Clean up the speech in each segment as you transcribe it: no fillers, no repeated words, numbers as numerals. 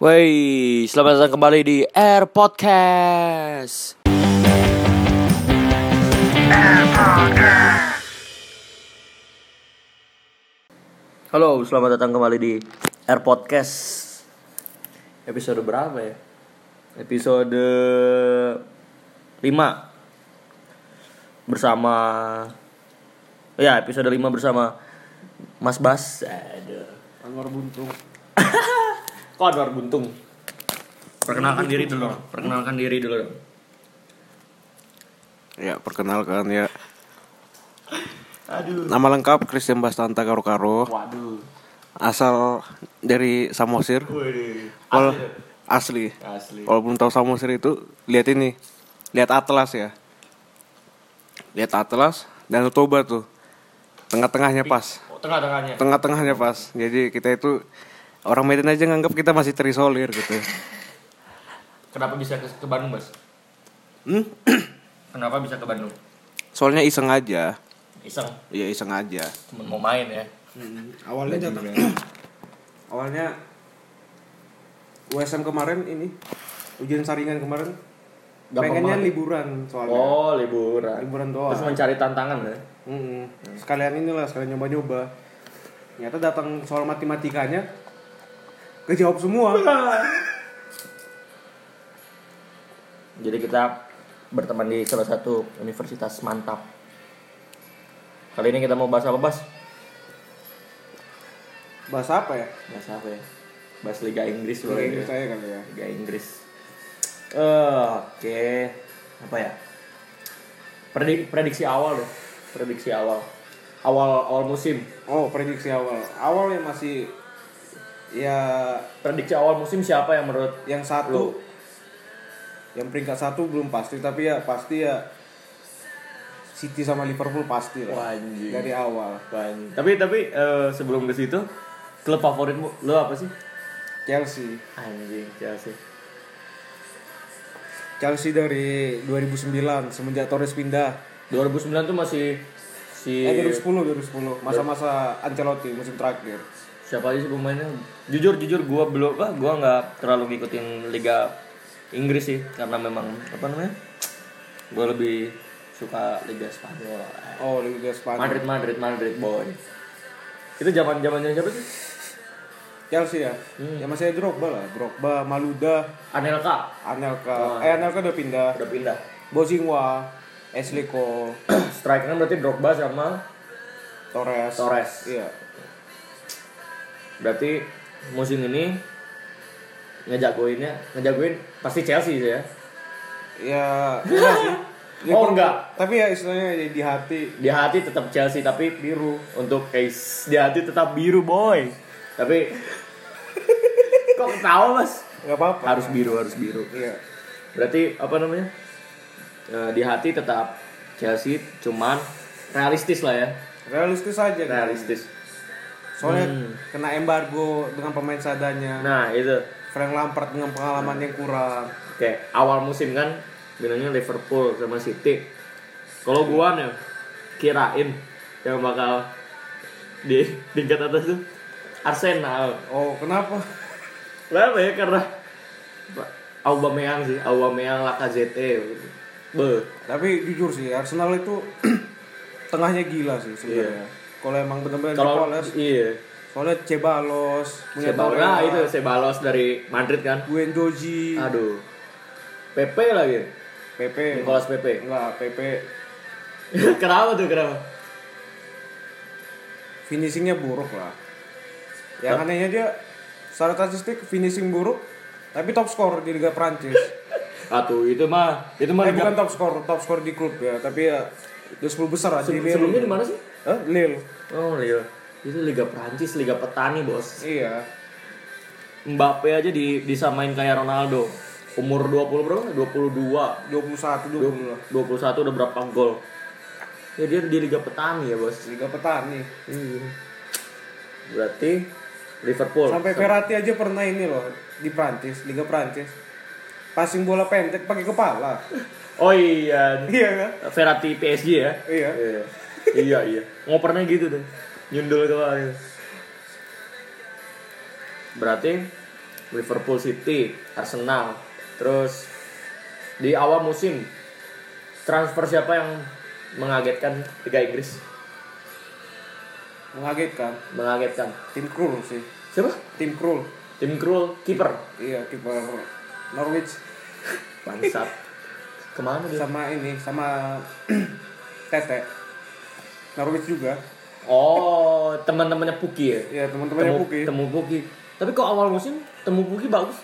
Wey, selamat datang kembali di Air Podcast. Halo, selamat datang kembali di Air Podcast. Episode berapa ya? Episode 5. Episode 5 bersama Mas Bas. Anwar Buntung. Kok Anwar Buntung? Perkenalkan diri dulu. Ya, perkenalkan ya. Aduh. Nama lengkap Christian Bastanta Karo-Karo. Waduh. Asal dari Samosir. Waduh. Asli. Asli. Kalau belum tahu Samosir itu, lihat ini. Lihat atlas ya. Lihat atlas dan Toba tuh. Tengah-tengahnya pas. Tengah-tengahnya. Tengah-tengahnya pas. Jadi kita itu orang Medan aja nganggap kita masih terisolir gitu. Kenapa bisa ke Bandung, Mas? Kenapa bisa ke Bandung? Soalnya iseng aja. Iseng. Iya, iseng aja. Cuma mau main ya. Awalnya awalnya USM kemarin ini ujian saringan kemarin. Pengennya liburan soalnya. Oh, liburan doang. Terus mencari tantangan ya. Sekalian nyoba-nyoba. Ternyata datang soal matematikanya kejawab semua. Jadi kita berteman di salah satu universitas mantap. Kali ini kita mau bahas apa, Bas? Bahas apa ya? Bahas Liga Inggris Liga Inggris saya kali ya. Liga Inggris. Oke. Apa ya? Prediksi awal deh. Awal musim. Oh, prediksi awal. Awal yang masih ya Prediksi awal musim siapa yang menurut yang satu? Yang peringkat 1 belum pasti, tapi ya pasti ya City sama Liverpool pasti lah. Anjing. Dari awal. Tapi sebelum ke situ, klub favoritmu lo apa sih? Chelsea. Anjing, Chelsea dari 2009 semenjak Torres pindah. 2009 tuh masih 2010 masa-masa Ancelotti musim terakhir. Siapa aja sih pemainnya? Jujur gua nggak terlalu ngikutin Liga Inggris sih, karena memang gua lebih suka Liga Spanyol. Oh, Liga Spanyol. Madrid boy. Itu zamannya siapa sih? Chelsea ya. Ya masih ada Drogba, Maluda, Anelka. Anelka udah pindah. Bozingwa, Ashley Cole. Strikernya berarti Drogba sama Torres. Iya. Berarti musim ini ngejagoin pasti Chelsea sih ya. Ya, enggak sih. Oh enggak. Tapi ya istilahnya di hati. Di hati tetap Chelsea tapi biru. Untuk case di hati tetap biru boy. Tapi kok ketawa Mas? Enggak apa-apa. Harus biru. Iya. Berarti di hati tetap Chelsea, cuman realistis lah ya. Realistis aja. Realistis. Soalnya kena embargo dengan pemain seadanya. Nah itu Frank Lampard dengan pengalaman yang kurang. kayak awal musim kan bilangnya Liverpool sama City. Kalau gua nih kirain yang bakal di tingkat atas tuh Arsenal. Oh, kenapa? Kenapa ya? Karena Aubameyang, Lacazette. Tapi jujur sih Arsenal itu tengahnya gila sih sebenarnya. Kalau emang benar-benar Cebalos. Iya. Soalnya Cebalos punya Cebalos dari Madrid kan. Guendouzi. Aduh. Pepe lagi. Nicolas Pepe. Enggak, Pepe. Kenapa? Finishingnya buruk lah. Yang anehnya dia secara statistik finishing buruk, tapi top skor di Liga Prancis. Itu mah bukan top skor di klub ya, tapi ya di 10 besar aja. Sebelumnya di mana sih? Lille. Oh, Lille. Itu Liga Prancis, Liga petani, Bos. Iya. Mbappe aja disamain kayak Ronaldo. Umur 20 berapa? 21 udah berapa gol? Ya dia di Liga petani ya, Bos. Liga petani. Iya. Berarti Liverpool. Sampai Verratti aja pernah ini loh di Prancis, Liga Prancis. Passing bola pendek pakai kepala. Oh iya. Iya kan? Verratti PSG ya? Iya. Iya. Ngopernya gitu tuh. Nyundul itu aja. Berarti Liverpool City, Arsenal. Terus di awal musim transfer siapa yang mengagetkan Liga Inggris? Mengagetkan. Tim Krul sih. Siapa? Tim Krul. Tim Krul, kiper. Iya, kiper Norwich. Bangsat. Kemana dia? Sama Tete. Norwich juga. Oh, teman-temannya Puki ya? Iya, teman-temannya Puki. Temu Puki. Tapi kok awal musim Temu Puki bagus?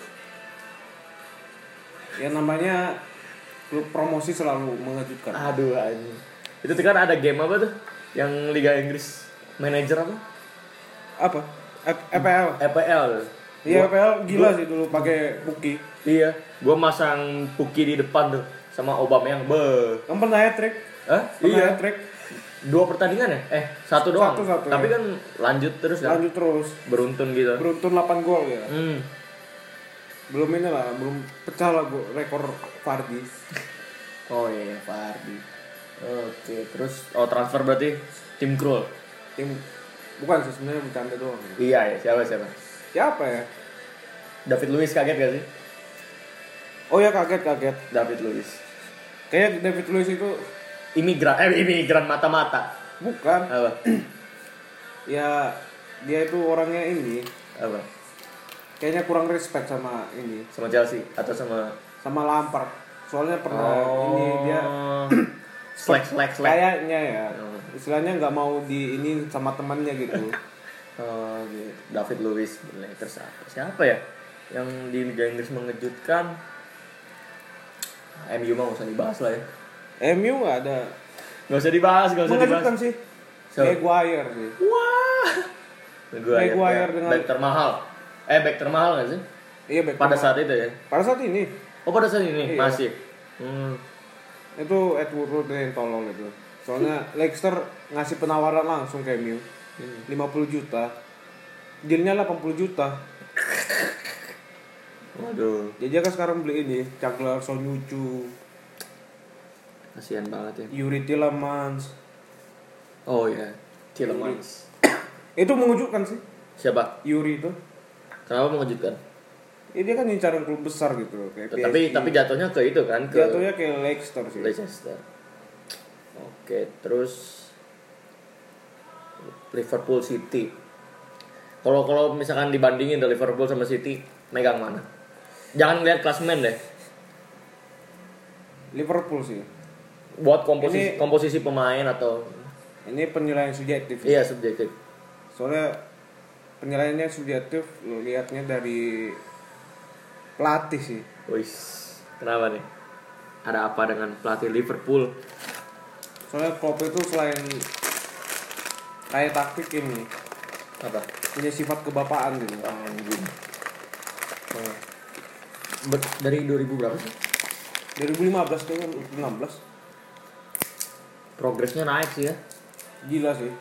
Ya namanya klub promosi selalu mengejutkan. Aduh anjing. Itu kan ada game apa tuh? Yang Liga Inggris manajer apa? Apa? EPL. EPL. Iya, EPL gila sih dulu pakai Puki. Iya, gua masang Puki di depan tuh sama Aubameyang. Kamu pernah hat-trick? Hah? Iya, hat-trick. 2 pertandingan ya? Satu doang. Satu, Tapi ya. kan lanjut terus kan? Lanjut terus. Beruntun gitu. Beruntun 8 gol ya. Belum pecah lah rekor Vardy. Oh iya, Vardy. Oke, terus transfer berarti tim Krul. Bukan sih, sebenarnya bercanda doang. Iya ya, siapa? Siapa ya? David Luiz kaget gak sih? Oh ya, kaget. David Luiz. Kayak David Luiz itu imigran mata-mata. bukan. Apa? Ya, dia itu orangnya ini. Apa? Kayaknya kurang respect sama ini. Sama Chelsea atau sama Lampard. Soalnya pernah ini dia slack. kayaknya ya. Istilahnya nggak mau di ini sama temannya gitu. Oh, gitu. David Luiz Lakers siapa ya? Yang di Liga Inggris mengejutkan. MU mah gak usah dibahas lah ya. MU nggak ada. Gak usah dibahas. Mengejutkan sih. So, Maguire sih. Wah. Maguire dengan back termahal. Back termahal gak sih? Iya, back pada termahal. saat itu ya. Pada saat ini. Oh, pada saat ini Iya. masih. Itu Edward Road yang tolol itu. Soalnya Leicester ngasih penawaran langsung ke MU. 50 juta. Dealnya 80 juta. Waduh, Jadi dia kan sekarang beli ini, Caglar Sonyucu, kasihan banget ya. Yuri Tielemans. Oh ya, Tielemans. Itu mengejutkan sih. Siapa? Yuri itu. Kenapa mengejutkan? Dia kan ngincarin klub besar gitu kayak PSG. Tapi jatuhnya ke itu kan, ke Jatuhnya kayak Leicester sih. Leicester. Oke, terus Liverpool City. Kalau misalkan dibandingin dari Liverpool sama City, megang mana? Jangan lihat klasemen deh. Liverpool sih. Buat komposisi pemain atau Ini penilaian subjektif. iya subjektif. Soalnya penilaiannya subjektif, lu lihatnya dari pelatih sih. Wis, kenapa nih? Ada apa dengan pelatih Liverpool? Soalnya Klopp itu selain kayak taktik ini Apa? punya sifat kebapaan gitu. Anjing. Dari 2000 berapa sih? 2015 kayaknya 16. Progresnya naik sih ya. Gila sih.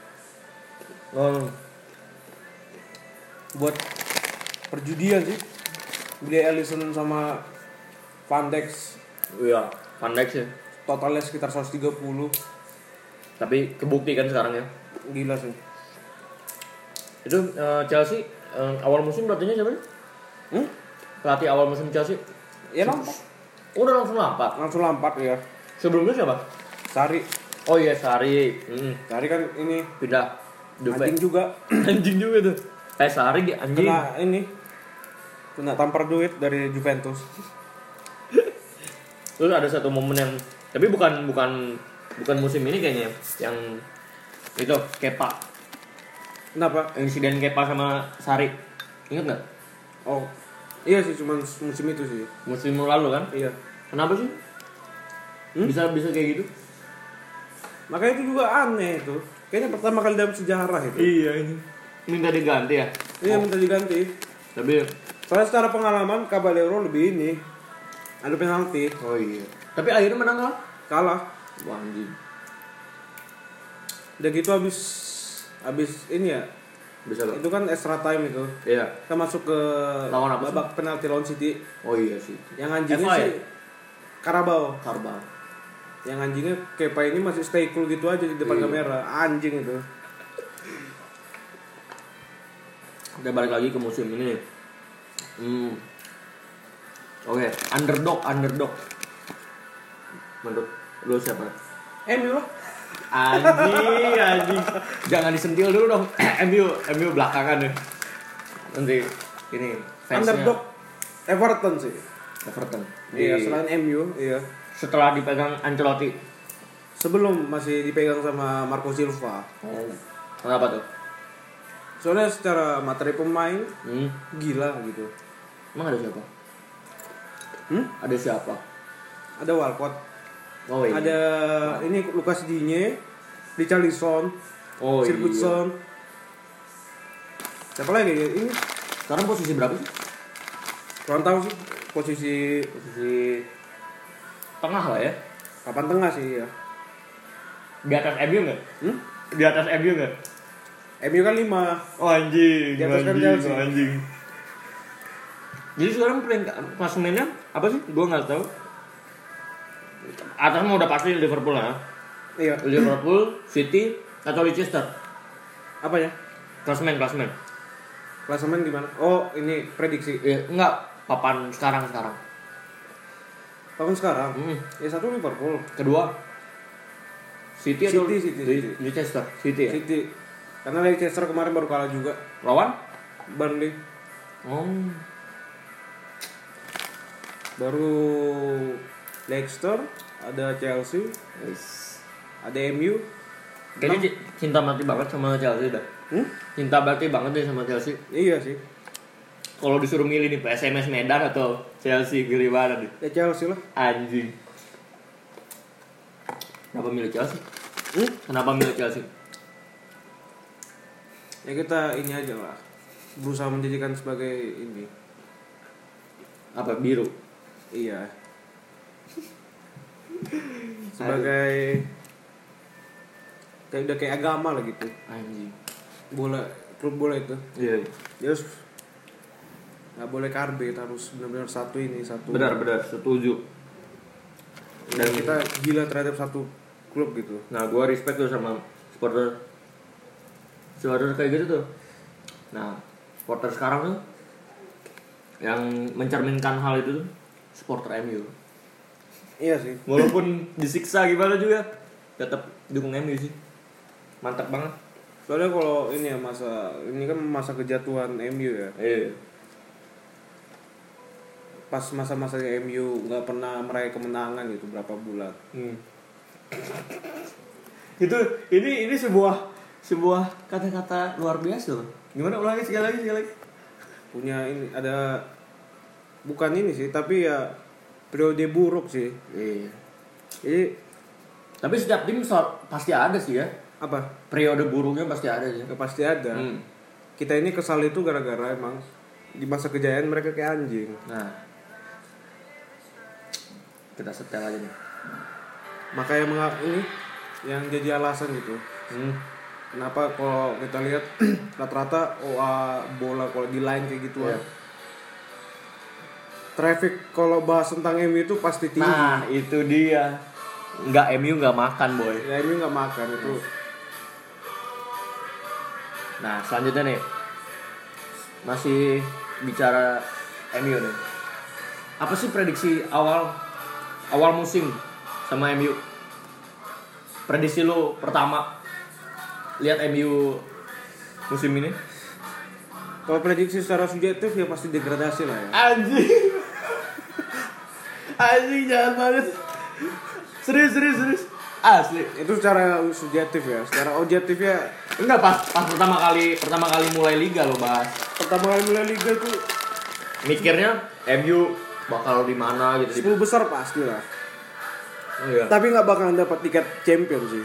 Buat perjudian sih. Beli Alisson sama Van Dijk. Iya, Van Dijk sih. Totalnya sekitar 130. Tapi kebukti kan sekarang ya. Gila sih. Itu Chelsea awal musim pelatihnya siapa sih? Pelatih awal musim Chelsea? Ya Lampard. Udah langsung Lampard. Langsung Lampard ya. Sebelumnya siapa? Sari. Oh iya Sari. Sari kan ini Pindah. Juve. anjing juga. Anjing juga tuh. Sari anjing. Kena ini. Kena tampar duit dari Juventus. Terus ada satu momen yang tapi bukan musim ini kayaknya yang itu Kepa. Kenapa? Insiden Kepa sama Sari. Ingat enggak? Oh. Iya sih, cuman musim itu sih. Musim lalu kan? Iya. Kenapa sih? Bisa kayak gitu? Makanya itu juga aneh itu. Kayaknya pertama kali dalam sejarah itu. Iya ini. Minta diganti ya? Iya, minta diganti. Tapi Soalnya secara pengalaman Caballero lebih ini. Ada penalti. oh iya. Tapi akhirnya menang lah. Kalah. Wah anjing. Udah gitu habis ini ya. Bisa lah. Itu kan extra time itu. Iya. Kita masuk ke Lawan apa sih? babak penalti lawan City. Oh iya sih. Yang anjingnya FA ya? sih Carabao. Karbal. Yang anjingnya Kepa ini masih stay cool gitu aja di depan Iya. kamera. Anjing itu. Udah balik lagi ke musim ini. Oke, underdog. Menurut lu siapa? MU lah. Anjing. Jangan disentil dulu dong. MU belakangan nih. Nanti ini fansnya. Underdog Everton sih. Everton. Iya, selain MU, iya. Setelah dipegang Ancelotti. Sebelum masih dipegang sama Marco Silva. Kenapa tuh? Soalnya secara materi pemain gila gitu. Emang ada siapa? Ada siapa? Ada Walcott. Oh iya. Ada ini Lucas Digne, Richarlison, Sigurdsson. Siapa lagi ya? Ini sekarang posisi berapa sih? kurang tahu sih posisi tengah lah ya. papan tengah sih ya. Di atas MU nggak? Di atas MU nggak? MU kan 5. Oh anjing. Di atas kan Chelsea. Anjing. Jadi sekarang klasemennya apa sih? Gua nggak tahu. Atas mah udah pasti Liverpool lah. Iya. Liverpool, City, atau Leicester. Apa ya? Klasemen. Klasemen gimana? Oh, ini prediksi. Enggak, papan sekarang. Tahun sekarang. Ya satu Liverpool. Kedua City atau City. Leicester? City ya? City. Karena Leicester kemarin baru kalah juga. Lawan? Burnley. Oh. Baru Leicester, ada Chelsea, ada MU. Kayaknya cinta mati banget sama Chelsea dah. Cinta mati banget deh sama Chelsea. Iya sih. Kalau disuruh milih nih PSMS Medan atau Chelsea, pilih mana nih? Ya Chelsea lah. Anjing. Kenapa milih Chelsea? Kenapa milih Chelsea? Ya kita ini aja lah. Berusaha menjadikan sebagai ini. Apa biru? Iya. Sebagai udah kayak agama lah gitu. Anjing. Bola, klub bola itu. Iya. Terus nggak boleh karbit, harus benar-benar satu. Benar, setuju. Dan kita gila terhadap satu klub gitu. Nah, gue respect tuh sama supporter kayak gitu tuh. Nah, supporter sekarang tuh yang mencerminkan hal itu tuh supporter MU. Iya sih. Walaupun disiksa gimana juga, tetap dukung MU sih. Mantap banget. Soalnya kalau ini ya ini kan masa kejatuhan MU ya. Iya. Pas masa-masanya MU nggak pernah meraih kemenangan gitu berapa bulan. Ini sebuah kata-kata luar biasa loh. Gimana ulangi sekali lagi. Punya ini ada bukan ini sih, tapi ya periode buruk sih. Iya. Jadi Tapi setiap tim pasti ada sih ya. apa? Periode buruknya pasti ada sih. Ya, pasti ada. Kita ini kesal itu gara-gara emang di masa kejayaan mereka kayak anjing. Nah, kita setel aja nih. Makanya ini yang jadi alasan gitu. Kenapa kalau kita lihat rata-rata OA bola kalau di line kayak gitu Yeah. Traffic kalau bahas tentang MU itu pasti tinggi. Nah, itu dia. MU nggak makan, boy. Ya MU nggak makan itu. Nah, selanjutnya nih. Masih bicara MU nih. Apa sih prediksi awal musim sama MU? Prediksi lu pertama lihat MU musim ini? Kalau prediksi secara subjektif ya pasti degradasi lah ya. Anjing jahat banget. Serius. Asli. Itu secara subjektif ya. Secara objektif ya Enggak, pas pertama kali mulai liga lo bahas. pertama kali mulai liga itu Mikirnya MU bakal di mana gitu. 10 besar pasti lah. Iya. Tapi nggak bakalan dapat tiket champion sih.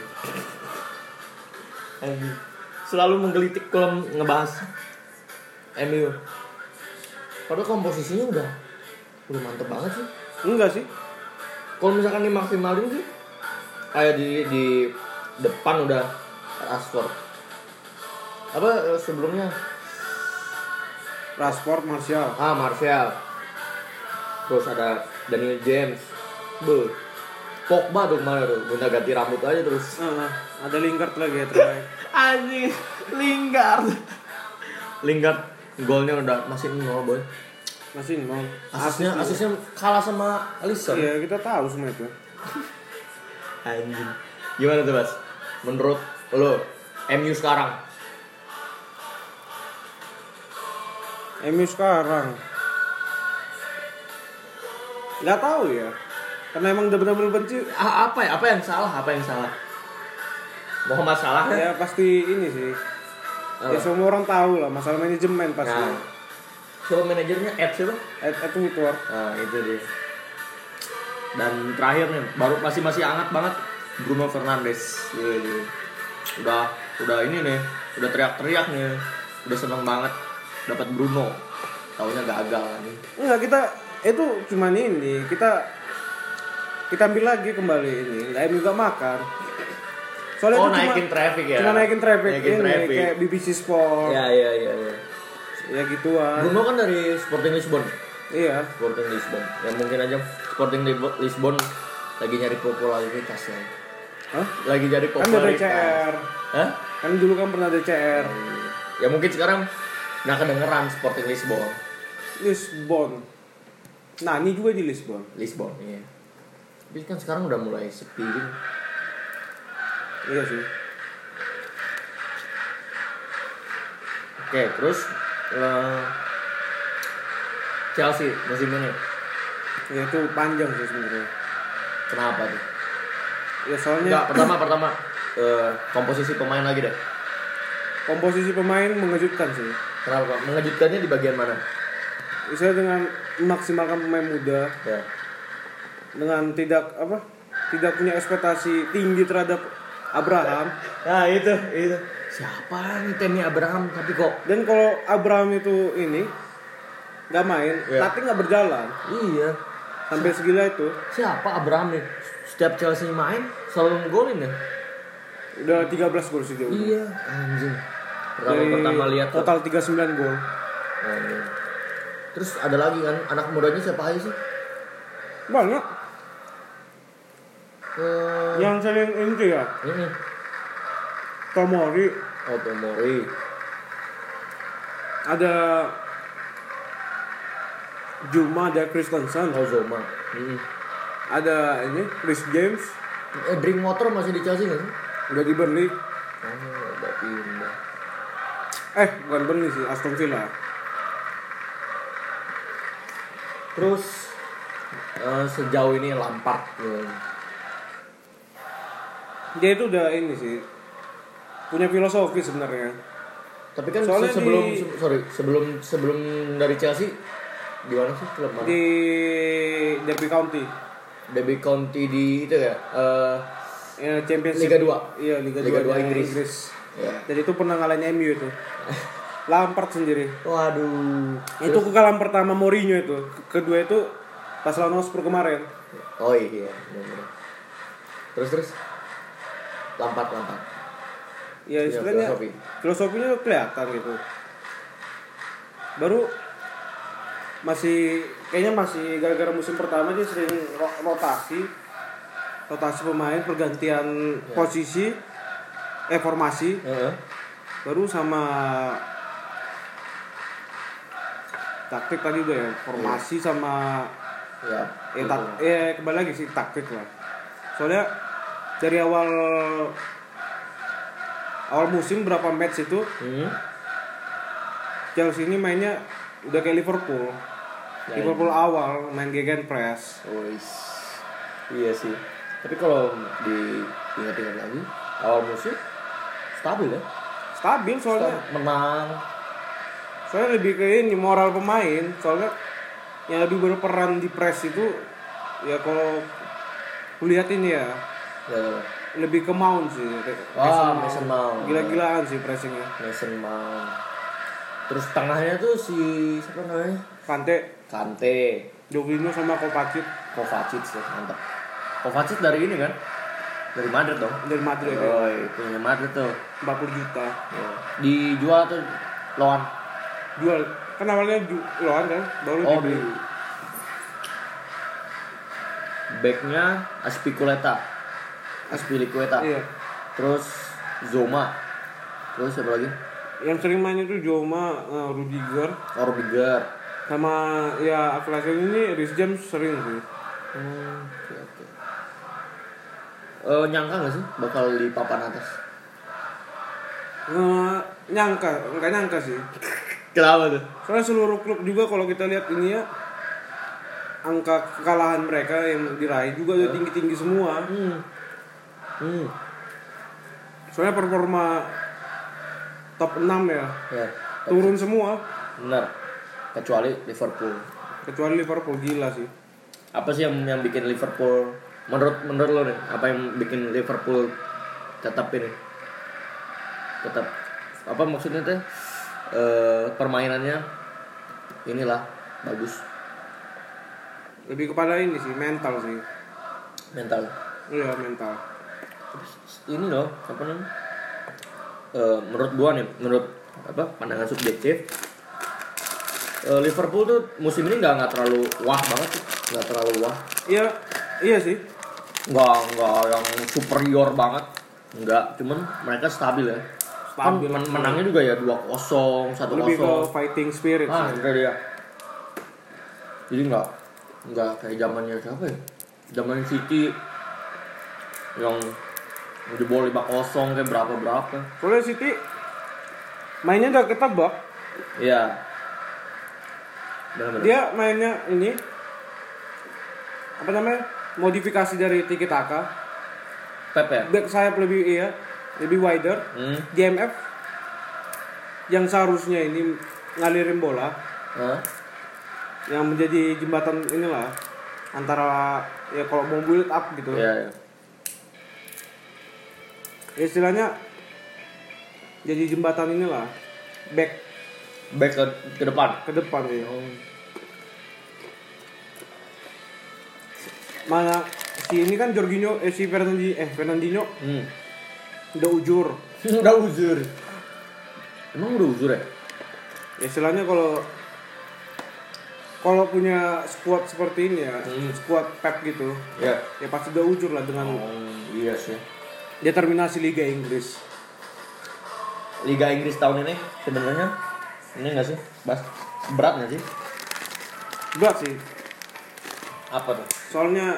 Selalu menggelitik kalau ngebahas MU. Padahal komposisinya udah mantep banget sih. Enggak sih. Kalau misalkan dimaksimalin sih, kayak di depan udah Rashford. Apa sebelumnya? Rashford, Martial. Martial. Terus ada Daniel James. Pogba tuh kemarin tuh, gonta ganti rambut aja terus. Ada Lingard lagi ya terbaik. Anjing, Lingard golnya udah masih 0, boy. Masih nol. Asisnya kalah sama Alisson. Iya, kita tahu semua itu. Anjing. Gimana tuh, Mas? Menurut lo MU sekarang? MU sekarang nggak tahu ya, karena emang udah benar-benar benci. Apa yang salah? Muhammad Salah kan? Ya pasti ini sih. Ya semua orang tahu lah masalah manajemen pasti. Nah, siapa manajernya? Siapa? Ed Woodward. Nah, itu dia. Dan terakhir nih, masih hangat banget Bruno Fernandes. Udah ini nih, udah teriak-teriak nih. Udah seneng banget dapat Bruno. Taunya gagal nih. Enggak, kita itu cuman ini, kita ambil lagi kembali ini. Enggak juga makan. Soalnya itu naikin traffic ya. Cuma naikin traffic Naikin ini traffic. kayak BBC Sport. Iya. Ya gituan. Bruno kan dari Sporting Lisbon. Iya. Sporting Lisbon. Ya mungkin aja Sporting Lisbon lagi nyari popularitas ya. Hah? Lagi nyari Kan popularitas. ada DCR. Hah? Kan dulu kan pernah DCR. Ya mungkin sekarang nggak kedengeran Sporting Lisbon. Lisbon. Nah, ini juga di Lisbon. Lisbon, iya. Tapi kan sekarang udah mulai sepi gitu. Iya sih. Oke, terus Chelsea musim ini Ya itu panjang sih sebenarnya. kenapa tuh? Ya soalnya Enggak, pertama komposisi pemain lagi deh. komposisi pemain mengejutkan sih. Kenapa? Mengejutkannya di bagian mana? Misalnya dengan memaksimalkan pemain muda, Ya. dengan tidak punya ekspektasi tinggi terhadap Abraham. Nah, itu. Siapa nih Temi Abraham tapi kok Dan kalau Abraham itu ini nggak main, tapi nggak berjalan. iya. Sampai segila itu. Siapa Abraham nih? Setiap Chelsea main selalu ngegolin ya. Udah 13 gol sih dia. Iya, anjing. Dari Pertama lihat tuh. total 39 gol. Anjing. Terus ada lagi kan anak mudanya siapa aja sih? Banyak. Yang sering ini ya, Ini. Tomori, Tomori. ada Juma, ada Christensen, Zoma. ada ini Chris James, Drinkwater masih di Chelsea nggak sih? udah di Burnley. Udah pindah. Bukan Burnley sih, Aston Villa. Terus sejauh ini Lampard. Dia itu udah ini sih, punya filosofi sebenarnya. Tapi kan Soalnya sebelum dari Chelsea di mana sih klub mana? Di Derby County. Derby County di itu ya. Ya, Championship Liga 2. Iya, Liga 2 Inggris. Ya. Jadi itu pernah ngalahin MU itu. Lampard sendiri. Waduh. Itu kekalahan pertama Mourinho itu. Kedua itu pas lawan Hotspur kemarin. Oh iya, benar. Terus Lampard. Ya istilahnya filosofinya kelihatan gitu. Baru kayaknya masih gara-gara musim pertama dia sering rotasi pemain, pergantian posisi, formasi. Baru sama taktik tadi udah ya, formasi sama kembali lagi sih taktik lah. Soalnya dari awal musim berapa match itu Chelsea ini mainnya udah kayak Liverpool. Liverpool awal main gegenpress. Iya sih. Tapi kalau diingat-ingat lagi awal musim stabil ya. Stabil soalnya menang. Soalnya lebih ke ini moral pemain. Soalnya yang lebih berperan di press itu ya kalau kulihat ini ya. Lebih ke Mount sih. Mason Mount. Gila-gilaan sih pressingnya. Mason Mount. Terus tengahnya tuh si siapa namanya? Kante. Jorginho sama Kovacic ya, mantap. Kovacic dari ini kan? Dari Madrid dong. Dari Madrid. Oh, itu Madrid tuh 40 juta. Ya. Dijual atau loan? Jual. Kan awalnya loan kan, baru dibeli. Backnya Aspilicueta. Iya. Terus Zoma. Terus siapa lagi? Yang sering main itu Joma, Rudiger. Sama ya akhir-akhir ini Reece James sering sih. Oke. Nyangka nggak sih bakal di papan atas? Nggak nyangka sih. Kenapa tuh? Soalnya seluruh klub juga kalau kita lihat ini ya, angka kekalahan mereka yang diraih juga udah tinggi-tinggi semua. Soalnya performa top 6 ya, turun semua. Benar. Kecuali Liverpool Gila sih. Apa sih yang bikin Liverpool menurut lo nih? Apa yang bikin Liverpool tetap apa maksudnya teh? Permainannya inilah bagus. Lebih kepada ini sih, mental sih. Iya, mental. Ini loh, apa namanya? Menurut pandangan subjektif, Liverpool tuh musim ini nggak terlalu wah banget sih, nggak terlalu wah. Iya sih. Nggak yang superior banget, nggak. Cuman mereka stabil ya. Menangnya juga ya 2-0, 1-0. Lebih ke fighting spirit. Itu dia. Jadi nggak kayak zamannya siapa ya? Zaman City yang di bawah 5-0 kayak berapa. Soalnya City mainnya udah ketebak. Iya. Benar. Dia mainnya ini apa namanya? Modifikasi dari tiki taka. Pep ya? Back sayap lebih wider. DMF yang seharusnya ini ngalirin bola. Yang menjadi jembatan inilah antara ya kalau mau build up gitu. Iya. Istilahnya jadi jembatan inilah back ke depan ya. Mana si ini kan Jorginho si Fernandinho udah ujur. Emang udah ujur ya? Istilahnya kalau punya squad seperti ini ya, squad Pep gitu. Ya Pasti udah ujur lah dengan iya sih. Determinasi Liga Inggris tahun ini sebenarnya ini nggak sih, berat nggak sih? Berat sih. Apa tuh? Soalnya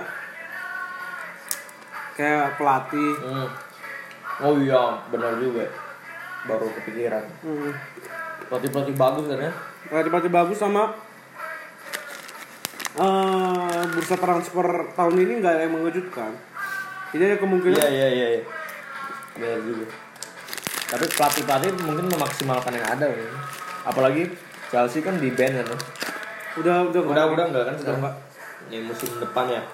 kayak pelatih. Oh iya, benar juga. Baru kepikiran. Pelatih bagus kan ya? Pelatih bagus sama bursa transfer tahun ini nggak yang mengejutkan. Jadi ada kemungkinan. Iya. Benar juga. Tapi pelatih mungkin memaksimalkan yang ada ya. Apalagi Chelsea kan di ban kan. Udah enggak kan? Udah enggak. Ini musim depan ya.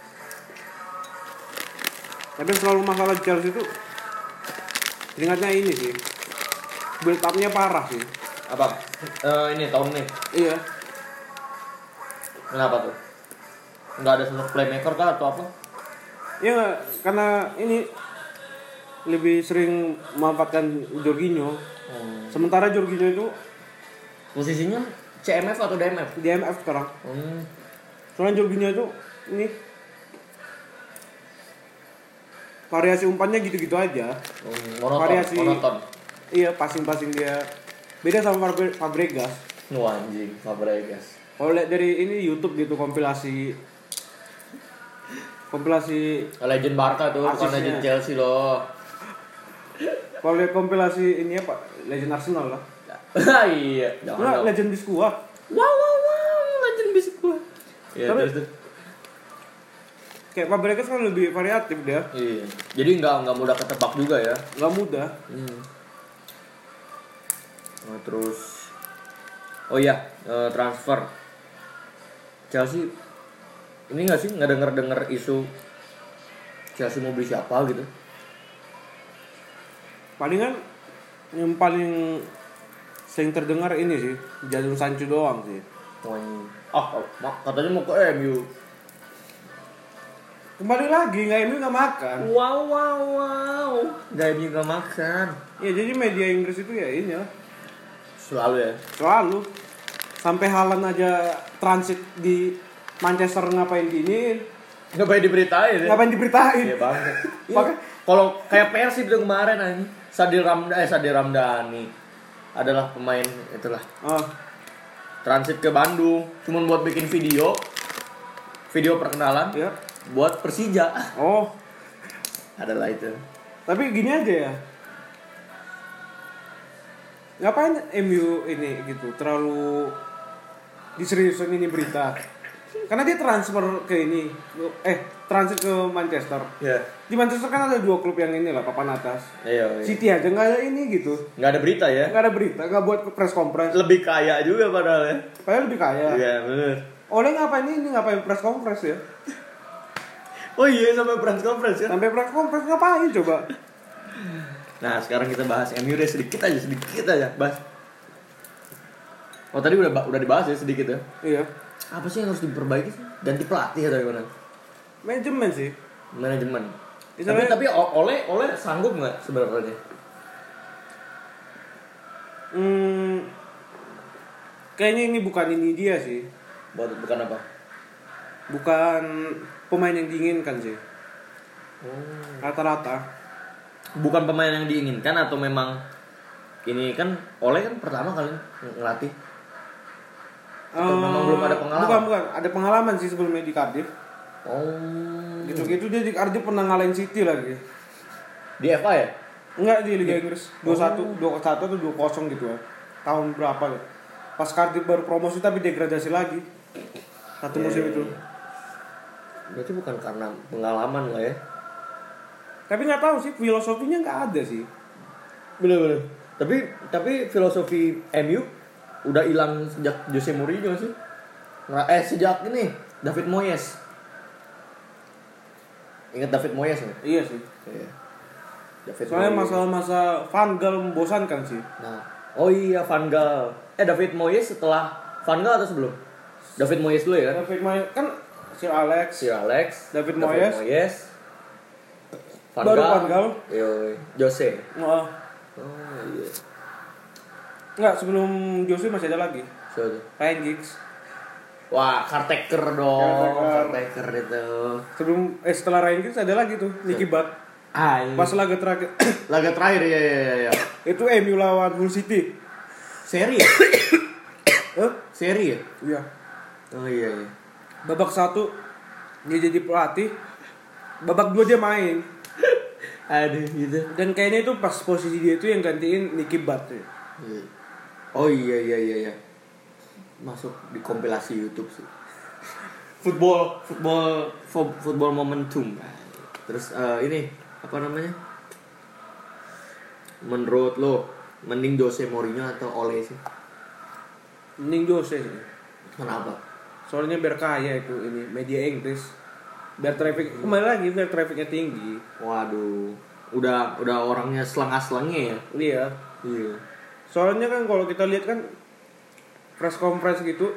Tapi selalu masalah di Chelsea itu ingatnya ini sih. Build up-nya parah sih. Apa? Ini tahun ini. Iya. Kenapa tuh? Enggak ada sosok playmaker kah atau apa? Ya karena ini lebih sering memanfaatkan Jorginho. Sementara Jorginho itu posisinya CMF atau DMF? DMF sekarang. Soalnya Jorginho itu ini variasi umpannya gitu-gitu aja. Monoton. Iya, passing dia beda sama Fabregas. Anjing, Fabregas. Kalau lihat dari ini YouTube gitu kompilasi Legend Barca tuh, bukan Legend Chelsea loh. Kalau lihat kompilasi ini apa? Legend Arsenal lah. Iya, jangan. Legend Biskuat. Wow, Legend Biskuat. Ya, terus kayak Fabregas kan lebih variatif dia. Iya. Jadi enggak mudah ketebak juga ya. Enggak mudah. Nah, terus transfer Chelsea ini nggak sih, nggak denger isu Chelsea mau beli siapa gitu? Palingan yang paling sering terdengar ini sih Jadon Sancho doang sih. Katanya mau ke MU. Kembali lagi MU nggak makan. Wow. MU nggak makan. Ya jadi media Inggris itu ya ini lah. Selalu. Sampai Haaland aja transit di Manchester ngapain diberitain. Iya banget. Kalau kayak Persib itu kemarin Sadil Ramdhani adalah pemain itulah. transit ke Bandung cuma buat bikin video perkenalan Ya. buat Persija. Oh, Adalah itu. tapi gini aja ya. Ngapain MU ini gitu terlalu diseriusin ini berita? Karena dia transfer ke ini, transit ke Manchester. Ya. Di Manchester kan ada 2 klub yang ini lah papan atas. Iya. City aja nggak ada ini gitu. Nggak ada berita ya? Nggak ada berita, nggak buat press conference. Lebih kaya juga padahal ya. Padahal lebih kaya. Iya benar. Oleh ngapain press conference ya? Oh iya sampai press conference ya. Sampai press conference ngapain coba? Nah sekarang kita bahas MU deh sedikit aja bahas. Oh tadi udah dibahas ya sedikit ya. Iya. Apa sih yang harus diperbaiki sih? Ganti pelatih atau gimana? Manajemen sih. Manajemen. Misalnya, Tapi oleh sanggup nggak sebenarnya? Kayaknya ini bukan ini dia sih. Bukan apa? Bukan pemain yang diinginkan sih. Rata-rata. Bukan pemain yang diinginkan atau memang ini kan Oleh kan pertama kali ngelatih. Atau memang belum ada pengalaman? Bukan, ada pengalaman sih sebelumnya di Cardiff. Gitu-gitu dia di Cardiff pernah ngalahin City lagi. Di FA ya? Enggak, di Liga Inggris 2-1 atau 2-0 gitu ya. Tahun berapa ya? Pas Cardiff baru promosi tapi degradasi lagi. Satu musim itu. Berarti bukan karena pengalaman lah ya. Tapi nggak tahu sih filosofinya nggak ada sih. Bener. Tapi filosofi MU udah hilang sejak Jose Mourinho sih. Sejak ini David Moyes. Ingat David Moyes nggak? Iya sih. Iya. Soalnya masa-masa Van Gaal membosankan sih. Nah, oh iya Van Gaal. David Moyes setelah Van Gaal atau sebelum? David Moyes dulu ya kan? David Moyes kan Sir Alex, David Moyes. Baru Van Gaal. Jose. Oh Iya. Enggak, sebelum Jose masih ada lagi. Siapa? Ryan Giggs. Wah, Caretaker dong. Caretaker itu. Setelah Ryan Giggs ada lagi tuh, Nicky Butt. Iya. Pas laga terakhir. Laga terakhir ya. Itu MU lawan Hull City. Seri ya? Seri ya? Iya. Oh iya. Babak 1 dia jadi pelatih. Babak 2 dia main. Aduh gitu. Dan kayaknya itu pas posisi dia itu yang gantiin Nicky Butt ya. Oh iya. Masuk di kompilasi YouTube sih. Football momentum. Terus ini apa namanya? Menurut lo mending Jose Mourinho atau Ole sih? Mending Jose sih. Kenapa? Soalnya biar kaya itu ini media Inggris. Biar trafficnya tinggi. Waduh. Udah orangnya selengah-selengnya ya. Iya. Soalnya kan kalau kita lihat kan press conference gitu.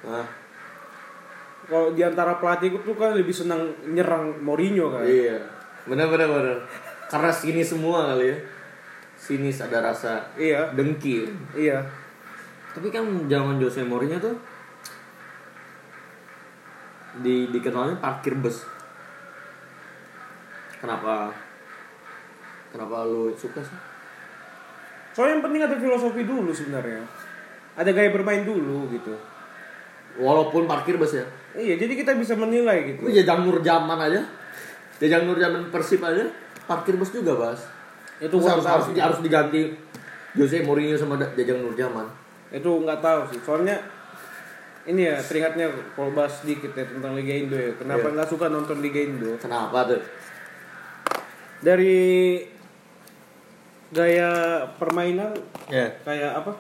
Kalau diantara pelatih itu kan lebih senang nyerang Mourinho kan. Iya. Benar. Karena sinis semua kali ya. Sinis ada rasa dengki. Iya. Tapi kan zaman Jose Mourinho tuh dikenalnya parkir bus. Kenapa lu suka sih? Soalnya yang penting ada filosofi dulu sebenarnya. Ada gaya bermain dulu gitu. Walaupun parkir bus ya. Iya, jadi kita bisa menilai gitu. Jajang Nurjaman aja. Jajang Nurjaman Persib aja parkir bus juga, Bas. Itu harus diganti Jose Mourinho sama Jajang Nurjaman. Itu nggak tahu sih. Soalnya ini ya teringatnya kalau bahas sedikit ya tentang Liga Indo ya. Kenapa nggak suka nonton Liga Indo? Kenapa tuh? Dari gaya permainan kayak apa?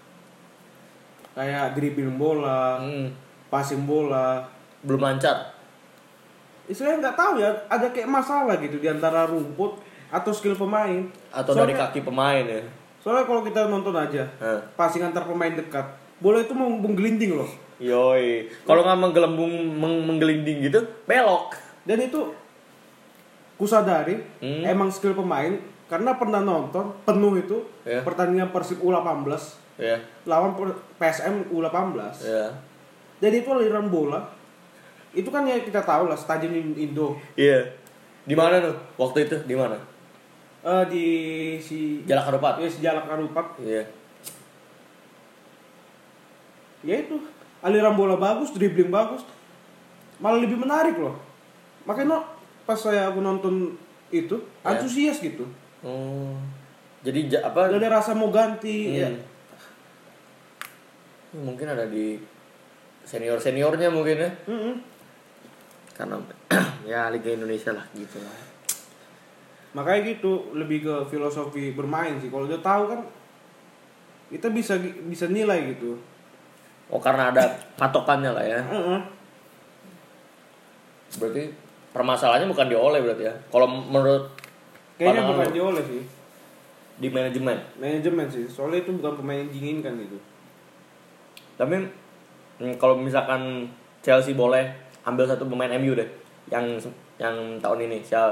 Kayak dribbling bola, passing bola, belum lancar. Istilahnya nggak tahu ya, ada kayak masalah gitu di antara rumput atau skill pemain atau dari kaki pemain ya. Soalnya kalau kita nonton aja, passing antar pemain dekat, bola itu mau menggelinding loh. Yoi, kalau nggak menggelinding gitu, belok. Dan itu kusadari emang skill pemain karena pernah nonton penuh itu pertandingan Persib U18 lawan PSM U18. Jadi itu aliran bola. Itu kan ya kita tahu lah Stadion Indo. Iya. Di mana tuh? Waktu itu di mana? Di si Jalak Harupat. Iya, si Jalak Harupat. Iya. ya itu aliran bola bagus, dribbling bagus, malah lebih menarik loh. Makanya pas aku nonton itu antusias gitu. Jadi apa? Gak ada rasa mau ganti. Ya. Mungkin ada di seniornya mungkin ya. Karena ya Liga Indonesia lah gitu lah. Makanya gitu lebih ke filosofi bermain sih. Kalau udah tahu kan kita bisa nilai gitu. Oh karena ada patokannya lah ya. Berarti permasalahannya bukan di Ole berarti ya. Kalau menurut kayaknya bukan di Ole sih. Di manajemen sih. Soalnya itu bukan pemain yang diinginkan gitu. Tapi kalau misalkan Chelsea boleh ambil satu pemain MU deh yang tahun ini siapa?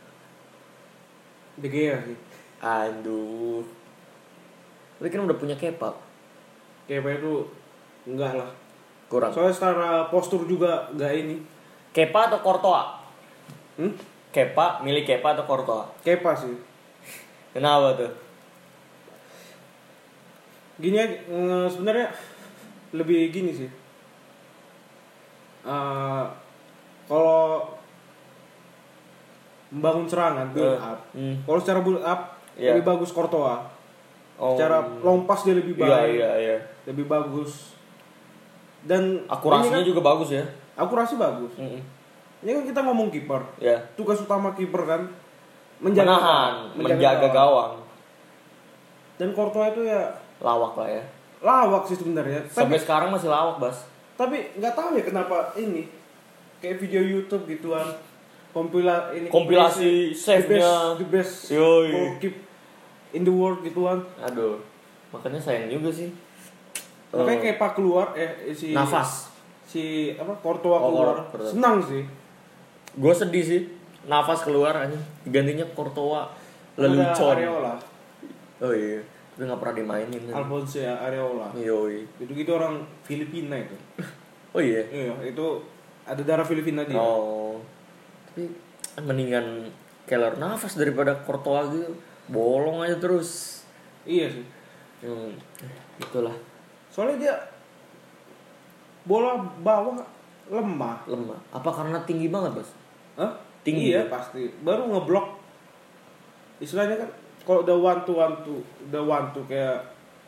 De Gea sih. Aduh. Tapi kan udah punya Kepa. Kepa itu enggak lah. Kurang. Soalnya secara postur juga enggak ini. Kepa atau Courtois? Kepa, milih Kepa atau Courtois? Kepa sih. Kenapa tuh? Gini aja, sebenarnya lebih gini sih. Kalau membangun serangan build up. Kalau secara build up lebih bagus Courtois. Secara long pass dia lebih baik. Iya. Lebih bagus. Dan akurasinya kan, juga bagus ya. Akurasi bagus. Ini kan kita ngomong kiper. Tugas utama kiper kan menjaga gawang. Dan Courtois itu ya lawak lah ya. Lawak sih sebenarnya. Sampai sekarang masih lawak, Bas. Tapi nggak tahu ya kenapa ini kayak video YouTube gituan kompilasi save-nya the best goalkeep in the world gituan. Aduh. Makanya sayang juga sih. Makanya kayak Pak keluar si Nafas. Si Courtois keluar. Senang sih. Gue sedih sih. Nafas keluar aja. Gantinya Courtois. Lelucon. Areola. Oh iya. Tapi nggak pernah dimainin. Alphonse Areola. Yoi. Gitu orang Filipina itu. Oh iya. Iya, itu ada darah Filipina dia. Oh. Tapi mendingan Keylor Navas daripada Courtois gitu. Bolong aja terus. Iya sih. Itulah. Soalnya dia bola bawah lemah. Apa karena tinggi banget, Bos? Hah? Tinggi. Iya, pasti. Baru ngeblok. Istilahnya kan kalau udah one to kayak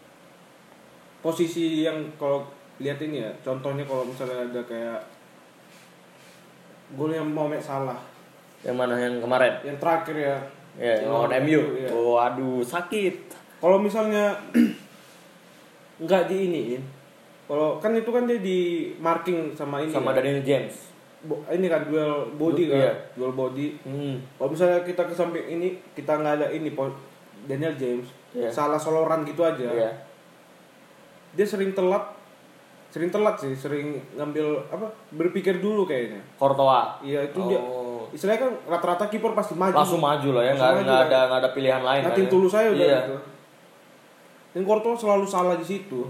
posisi yang kalau lihat ini ya, contohnya kalau misalnya ada kayak gol yang Mohamed Salah. Yang mana yang kemarin? Yang terakhir ya. Ya, lawan MU. Ya. Oh, aduh, sakit. Kalau misalnya nggak diiniin, kalau kan itu kan dia di marking sama ini. Sama kan? Daniel James. Ini kan duel body kan, iya. duel body. Kalau misalnya kita ke samping ini, kita nggak ada ini Daniel James, salah soloran gitu aja. Yeah. Dia sering telat sih, sering ngambil berpikir dulu kayaknya. Courtois. Iya itu dia. Istilahnya kan rata-rata kiper pasti maju. Langsung maju lah ya, nggak ada pilihan lain. Ngatin tulus saya udah gitu. Dan Courtois selalu salah di situ.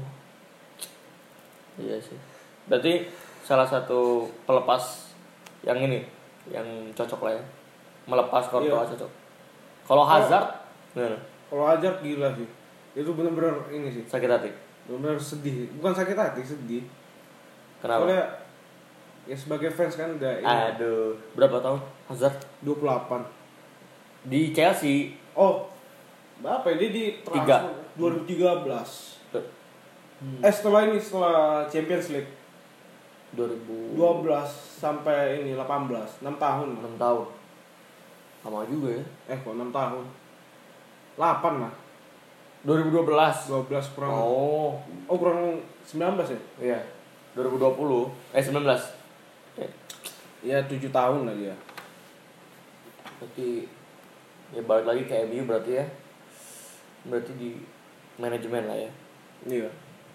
Iya sih. Berarti salah satu pelepas yang ini, yang cocok lah ya. Melepas Courtois cocok. Kalau Hazard, Kalau Hazard gila sih. Itu benar-benar ini sih. Sakit hati. Benar sedih. Bukan sakit hati, sedih. Kenapa? Soalnya ya sebagai fans kan udah ini. Aduh, berapa tahun Hazard? 28. Di Chelsea. Oh. Berapa ya? Dia di transfer 2013. Setelah Champions League 2012 sampai ini 18, 6 tahun. 6 tahun. Lama juga ya. Kok 6 tahun? 8 lah. 2012. 12 kurang. Oh, kurang 19 ya? Iya. 2020. 19. Ya 7 tahun lah dia. Berarti ya balik lagi ke MU berarti ya. Berarti di manajemen lah ya. Iya.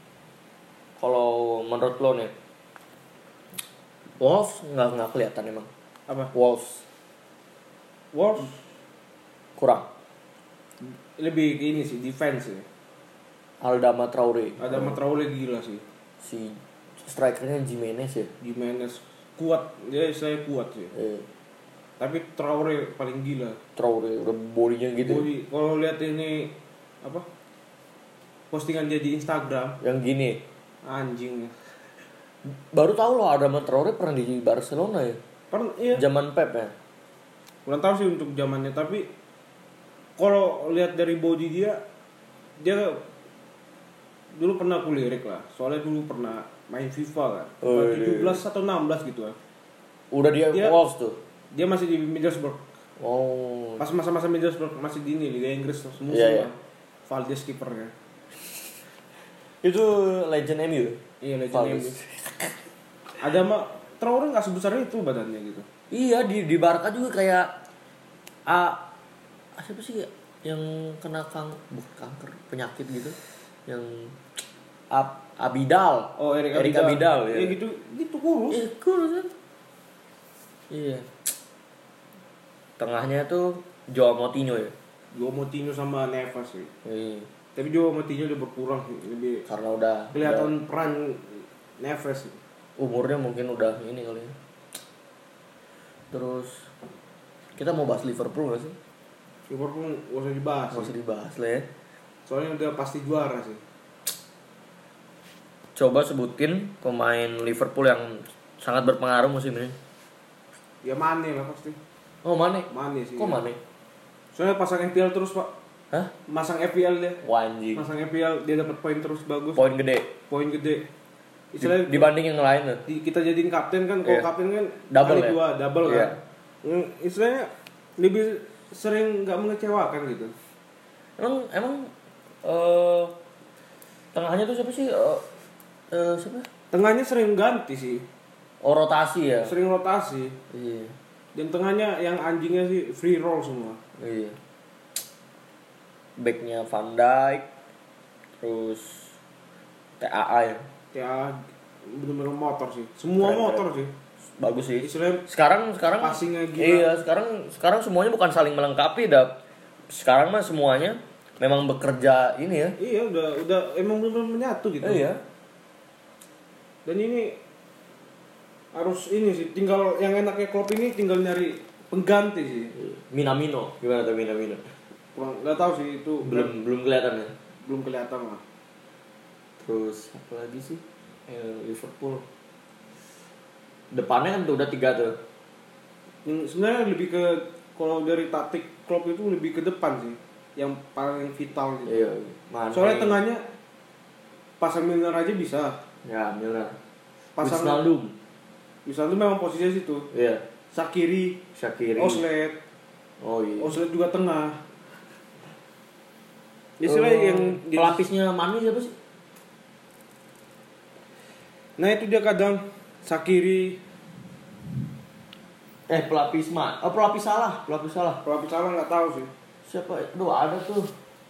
Kalau menurut lo nih, Wolves nggak kelihatan emang. Apa? Wolves kurang. Lebih ini sih defense ya. Adama Traore gila sih. Si strikernya Jimenez ya. Jimenez kuat, dia saya kuat sih. Tapi Traore paling gila. Traore udah bodinya gitu. Kalau lihat ini postingan dia di Instagram yang gini. Anjing. Baru tahu loh Adama Traore pernah di Barcelona ya. Pernah iya. Zaman Pep ya. Kurang tahu sih untuk zamannya, tapi kalau lihat dari body dia dulu pernah kulirik lah. Soalnya dulu pernah main FIFA kan. 17 atau 16 gitu kan. Udah dia Wolves tuh. Dia masih di Middlesbrough. Oh. Pas masa-masa Middlesbrough masih di ini Liga Inggris tuh semua. Iya. Valdes kipernya. Itu legend MU. Iya, legend MU. Ada mah Traore nggak sebesar itu badannya gitu. Iya, di Barca juga kayak siapa sih yang kena kanker penyakit gitu, yang Abidal. Oh, Erik Abidal ya. Iya gitu kurus. Iya, kurus kan. Iya. Tengahnya tuh Joao Moutinho ya. Joao Moutinho sama Neves sih. Iya. Tapi Joao Moutinho udah berkurang sih, lebih Karena udah kelihatan peran Neves. Umurnya mungkin udah ini kali ya. Terus kita mau bahas Liverpool gak sih? Liverpool gak usah dibahas. Gak usah dibahas lah ya. Soalnya udah pasti juara sih. Coba sebutin pemain Liverpool yang sangat berpengaruh musim ini. Ya Mane lah pasti. Oh Mane? Mane sih. Kok ya. Mane? Soalnya pasang FPL terus pak. Hah? Masang FPL dia. Wanji. Masang FPL dia dapat poin terus bagus. Poin gede. Poin gede. Istilahnya Dibanding yang lain tuh. Kita jadiin kapten kan, kalau kapten kan double kali ya? double Iya. kan. Istilahnya lebih sering nggak mengecewakan gitu. Emang tengahnya tuh siapa sih? Siapa? Tengahnya sering ganti sih. Oh rotasi ya. Sering rotasi. Iya. Dan tengahnya yang anjingnya sih free roll semua. Iya. Backnya Van Dijk, terus TAA ya. Ya bener-bener motor sih. Semua Keren, motor sih. Bagus sih. Istilahnya Sekarang passingnya gila. Iya, sekarang semuanya bukan saling melengkapi dah. Sekarang mah semuanya memang bekerja ini ya. Iya, udah emang bener-bener menyatu gitu. Iya. Dan ini harus ini sih, tinggal yang enaknya Klopp ini tinggal nyari pengganti sih. Minamino, gimana tuh Minamino? Kurang nggak tahu sih itu. Belum kelihatan ya. Belum kelihatan lah. Terus apa lagi sih? Liverpool. Depannya kan tuh udah 3 tuh. Sebenarnya lebih ke kalau dari taktik Klopp itu lebih ke depan sih, yang paling vital gitu. Iya. Soalnya tengahnya pasang Milner aja bisa. Ya, Milner. Pasang Wijnaldum. Wijnaldum memang posisinya situ. Iya. Shaqiri. Oxlade. Oh iya. Oxlade juga tengah. Istilahnya yang pelapisnya Mane siapa sih? Nah itu dia kadang Shaqiri. Pelapis salah. Pelapis salah nggak tahu sih. Siapa? Aduh ada tuh.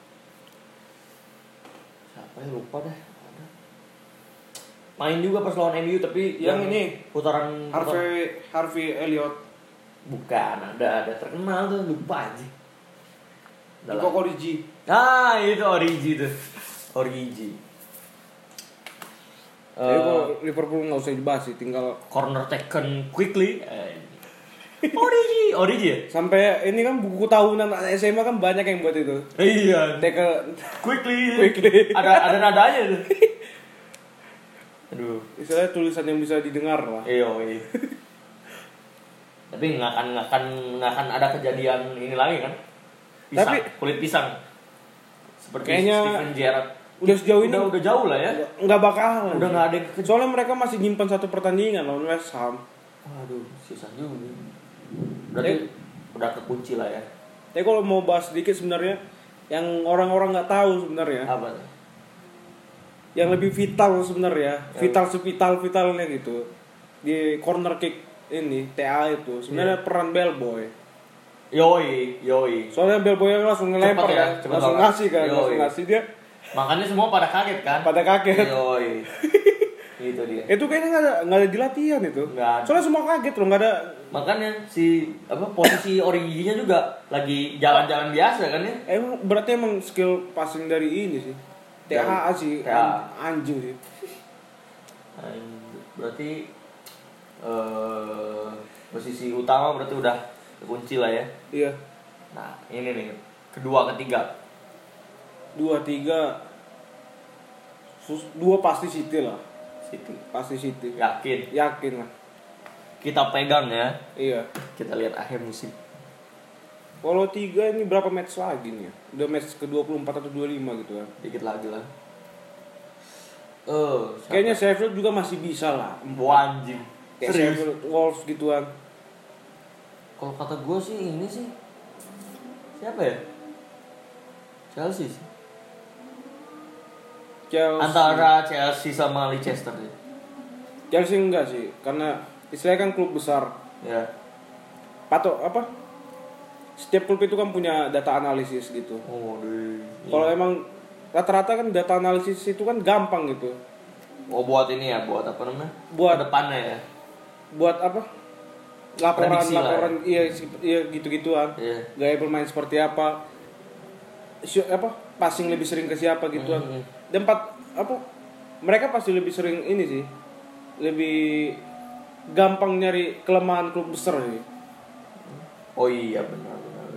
Siapa ya lupa deh. Ada. Main juga pas lawan MU tapi yang ini putaran Harvey Elliott. Bukan, ada terkenal tuh lupa aja. Kok Origi. Itu Origi tuh. Origi. Jadi kalau Liverpool nggak usah dibahas sih, tinggal corner taken quickly. Origi ya? Sampai ini kan buku tahunan SMA kan banyak yang buat itu. Iya. Tackle quickly. Ada nadanya tuh. Aduh. Istilahnya tulisan yang bisa didengar lah. Iya. Tapi nggak akan ada kejadian ini lagi kan? Kulit pisang. Seperti kayaknya Steven Gerrard. Udah sejauh ini udah jauh lah ya. Nggak bakalan. Udah nggak ada. Soalnya mereka masih nyimpan satu pertandingan lawan West Ham. Waduh, sisa juga. Berarti udah kekunci lah ya. Tapi kalau mau bahas sedikit sebenarnya yang orang-orang nggak tahu sebenarnya. Apa? Yang lebih vital sebenarnya, vitalnya gitu. Di corner kick ini TA itu sebenarnya peran Bellboy. Yoi. Soalnya Bellboy langsung ngelempar ya, kan, langsung ngasih dia. Makanya semua pada kaget kan? Pada kaget. Yoi. Itu dia. Itu kayaknya nggak ada di latihan itu. Nggak ada. Soalnya semua kaget loh, nggak ada. Makanya posisi Originya juga lagi jalan-jalan biasa kan ya? Berarti emang skill passing dari ini sih. THA sih, anjing sih. Berarti posisi utama berarti udah kunci lah ya. Iya. Nah ini nih kedua ketiga 2 pasti City lah. City. Pasti City. Yakin lah. Kita pegang ya. Iya. Kita lihat akhir musim. Kalau 3 ini berapa match lagi nih? Udah match ke 24 atau 25 gitu kan. Dikit lagi lah. Kayaknya Sheffield juga masih bisa lah. Anjing. Kayak Sheffield Wolves gituan. Kalau kata gue sih ini sih. Siapa ya? Chelsea sih. Antara Chelsea sama Leicester sih. Chelsea enggak sih, karena istilahnya kan klub besar. Ya. Setiap klub itu kan punya data analisis gitu. Oh, deh. Kalau emang rata-rata kan data analisis itu kan gampang gitu. Oh, buat ini ya, buat apa namanya? Buat depannya ya. Buat apa? Laporan ya. iya gitu-gituan. Iya. Gaya bermain seperti apa? Passing lebih sering ke siapa gituan. Dan mereka pasti lebih sering ini sih. Lebih gampang nyari kelemahan klub besar sih. Oh iya benar.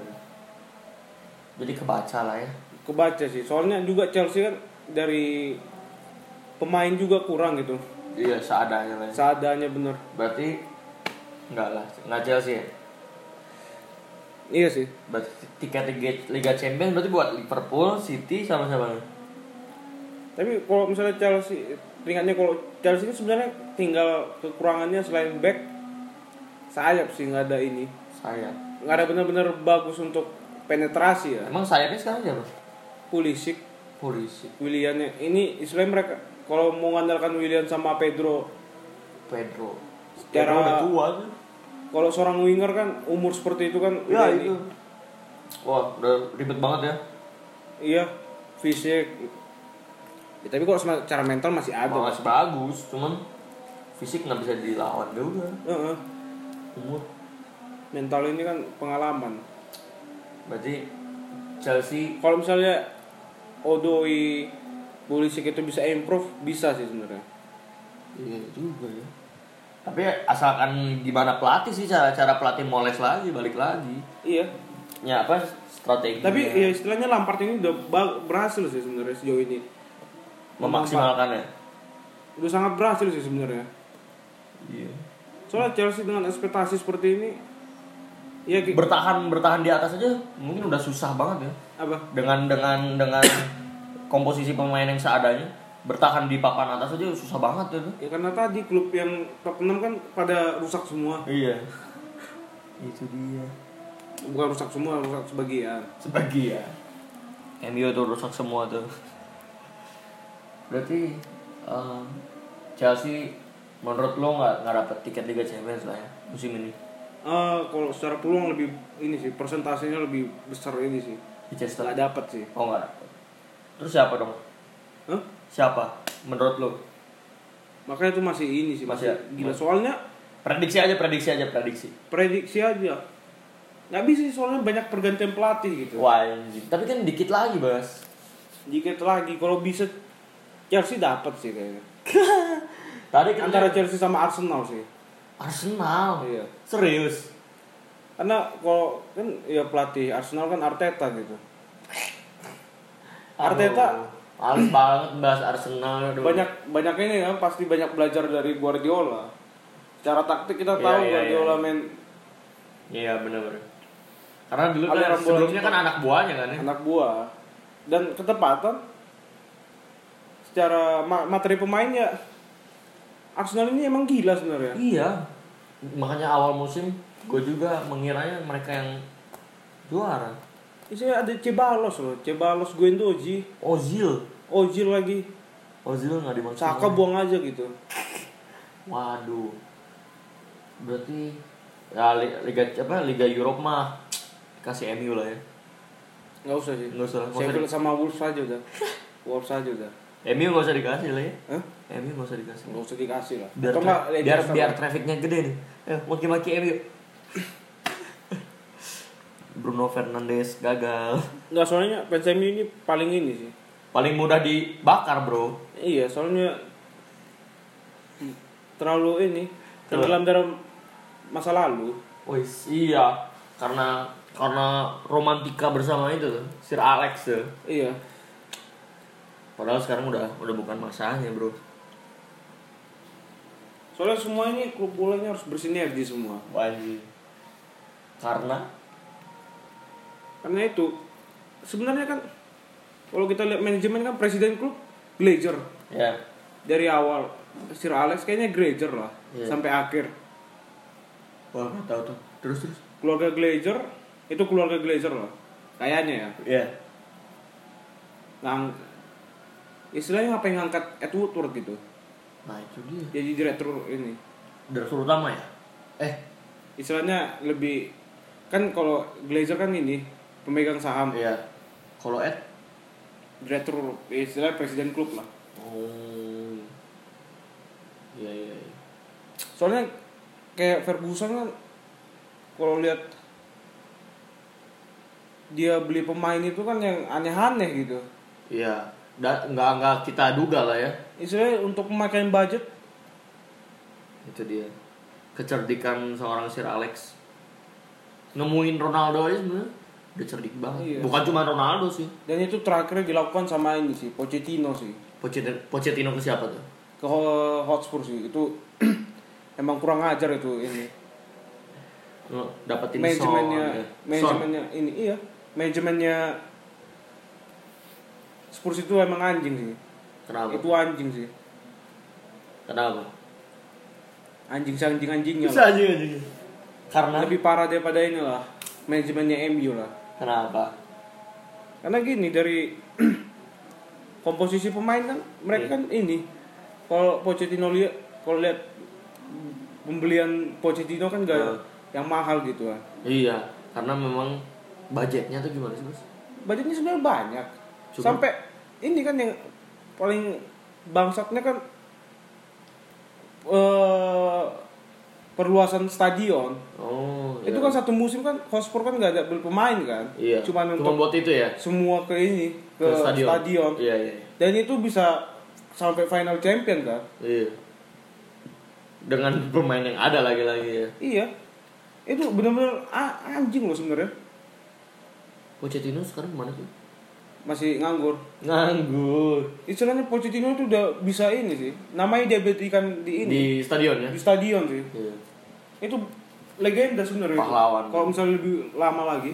Jadi kebaca lah ya. Kebaca sih. Soalnya juga Chelsea kan dari pemain juga kurang gitu. Iya, seadanya lah. Seadanya bener. Berarti enggak Chelsea ya? Iya sih. Berarti tiket Liga Champions berarti buat Liverpool, City sama siapa? Tapi kalau misalnya Chelsea, peringkatnya kalau Chelsea itu sebenarnya tinggal kekurangannya selain back, sayap sih nggak ada ini. Sayap. Nggak ada benar-benar bagus untuk penetrasi ya. Emang sayapnya sekarang siapa? Pulisic. Williannya ini istilahnya mereka kalau mau mengandalkan Willian sama Pedro. Secara udah tua tuh. Kalau seorang winger kan umur seperti itu kan ya itu. Wah, udah ribet banget ya. Iya, fisik. Ya, tapi kalau secara mental masih ada. Masih bagus, cuman fisik nggak bisa dilawan ya udah. Umur. Mental ini kan pengalaman. Berarti Chelsea kalau misalnya Odoi, Pulisic itu bisa improve, bisa sih sebenarnya. Iya juga ya. Tapi asalkan gimana pelatih sih, cara pelatih moles lagi, balik lagi. Iya. Ya apa strategi. Tapi ya istilahnya Lampard ini udah berhasil sih sebenarnya sejauh ini. Memaksimalkannya. Udah sangat berhasil sih sebenarnya. Iya. Soalnya Chelsea dengan ekspektasi seperti ini, ya bertahan di atas aja mungkin udah susah banget ya. Apa? Dengan komposisi pemain yang seadanya. Bertahan di papan atas aja susah banget ya. Ya karena tadi klub yang top 6 kan pada rusak semua. Iya. Itu dia. Bukan rusak semua, rusak sebagian. MU tuh rusak semua tuh. Berarti Chelsea menurut lo nggak dapet tiket Liga Champions lah ya musim ini? Kalau secara peluang lebih ini sih, persentasenya lebih besar ini sih. Leicester nggak dapet sih. Oh nggak dapet. Terus siapa dong? Siapa menurut lo? Makanya itu masih ini sih, masih gila. Soalnya prediksi aja. Prediksi aja. Nggak bisa sih, soalnya banyak pergantian pelatih gitu. Wah, tapi kan dikit lagi, Bas. Dikit lagi, kalau bisa Chelsea dapat sih kayaknya. Tadi kan antara Chelsea sama Arsenal sih. Arsenal? Iya. Serius? Karena kalau kan ya pelatih Arsenal kan Arteta gitu. Arteta males banget bahas Arsenal. Banyak ini kan, pasti banyak belajar dari Guardiola. Secara taktik kita tahu Guardiola main. Iya benar. Karena dulu kan sebelumnya kan anak buahnya kan ya. Anak buah. Dan ketepatan secara materi pemainnya Arsenal ini emang gila sebenarnya. Iya. Makanya awal musim gue juga mengiranya mereka yang juara. Isinya ada Ceballos Guendouzi, Ozil lagi. Ozil nggak dimaksud. Saka buang aja gitu. Waduh. Berarti ya Liga Eropa mah kasih MU lah ya. Nggak usah sih. Nggak usah. Sheffield sama Wolves aja udah. MU nggak usah dikasih lah ya. MU nggak usah dikasih lah. Biar trafficnya gede nih. Maki-maki MU. Bruno Fernandes gagal. Nggak, soalnya fans MU ini paling ini sih. Paling mudah dibakar, bro. Iya, soalnya terlalu ini tenggelam dalam masa lalu. Iya, karena romantika bersama itu Sir Alex tuh. Iya. Padahal sekarang udah bukan masanya, Bro. Soalnya semua ini klub bolanya harus bersinergi semua. Wajib. Karena itu sebenarnya kan kalau kita lihat manajemen kan presiden klub Glazer. ya. Dari awal Sir Alex kayaknya Glazer lah sampai akhir. Wah, nggak tahu tuh. Terus. Keluarga Glazer itu keluarga Glazer lah. Kayaknya ya. Iya. Istilahnya ngapain ngangkat Ed Woodward gitu. Nah, itu dia. Jadi direktur ini. Direktur utama ya? Istilahnya lebih kan kalau Glazer kan ini pemegang saham. Iya. Kalau Ed direktur istilahnya presiden klub lah. Oh. Iya. Soalnya kayak Ferguson kan kalau lihat dia beli pemain itu kan yang aneh-aneh gitu. Iya. Nggak kita duga lah ya. Istilahnya untuk pemakaian budget. Itu dia. Kecerdikan seorang Sir Alex. Nemuin Ronaldo aja sebenarnya udah cerdik banget. Iya. Bukan cuma Ronaldo sih. Dan itu terakhir dilakukan sama ini sih, Pochettino sih. Pochettino ke siapa tuh? Ke Hotspur sih. Itu emang kurang ajar itu ini. Dapetin manajemennya ini iya. Manajemennya Spurs itu emang anjing sih. Kenapa? Itu anjing sih. Kenapa? Anjingnya. Bisa anjing. Karena lebih parah daripada ini lah. Manajemennya MU lah. Kenapa? Karena gini dari komposisi pemain kan mereka kan ini. Kalau Pochettino lihat pembelian Pochettino kan gak yang mahal gitu kan. Iya, karena memang budgetnya tuh gimana sih, Bos? Budgetnya sebenarnya banyak. Cukup. Sampai ini kan yang paling bangsatnya kan perluasan stadion. Oh, itu iya. kan satu musim kan Hotspur kan nggak ada beli pemain kan. Iya. Cuma untuk buat itu ya. semua ke stadion. Iya. Dan itu bisa sampai final champion kan. Iya. Dengan pemain yang ada lagi-lagi ya. Iya. Itu benar-benar anjing loh sebenarnya. Pochettino sekarang mana sih? Masih nganggur. Istilahnya Pochettino itu udah bisa ini sih. Namanya diabadikan di ini. Di stadion ya? Di stadion sih. Iya. Itu legenda sebenarnya. Pahlawan. Kalau misalnya lebih lama lagi.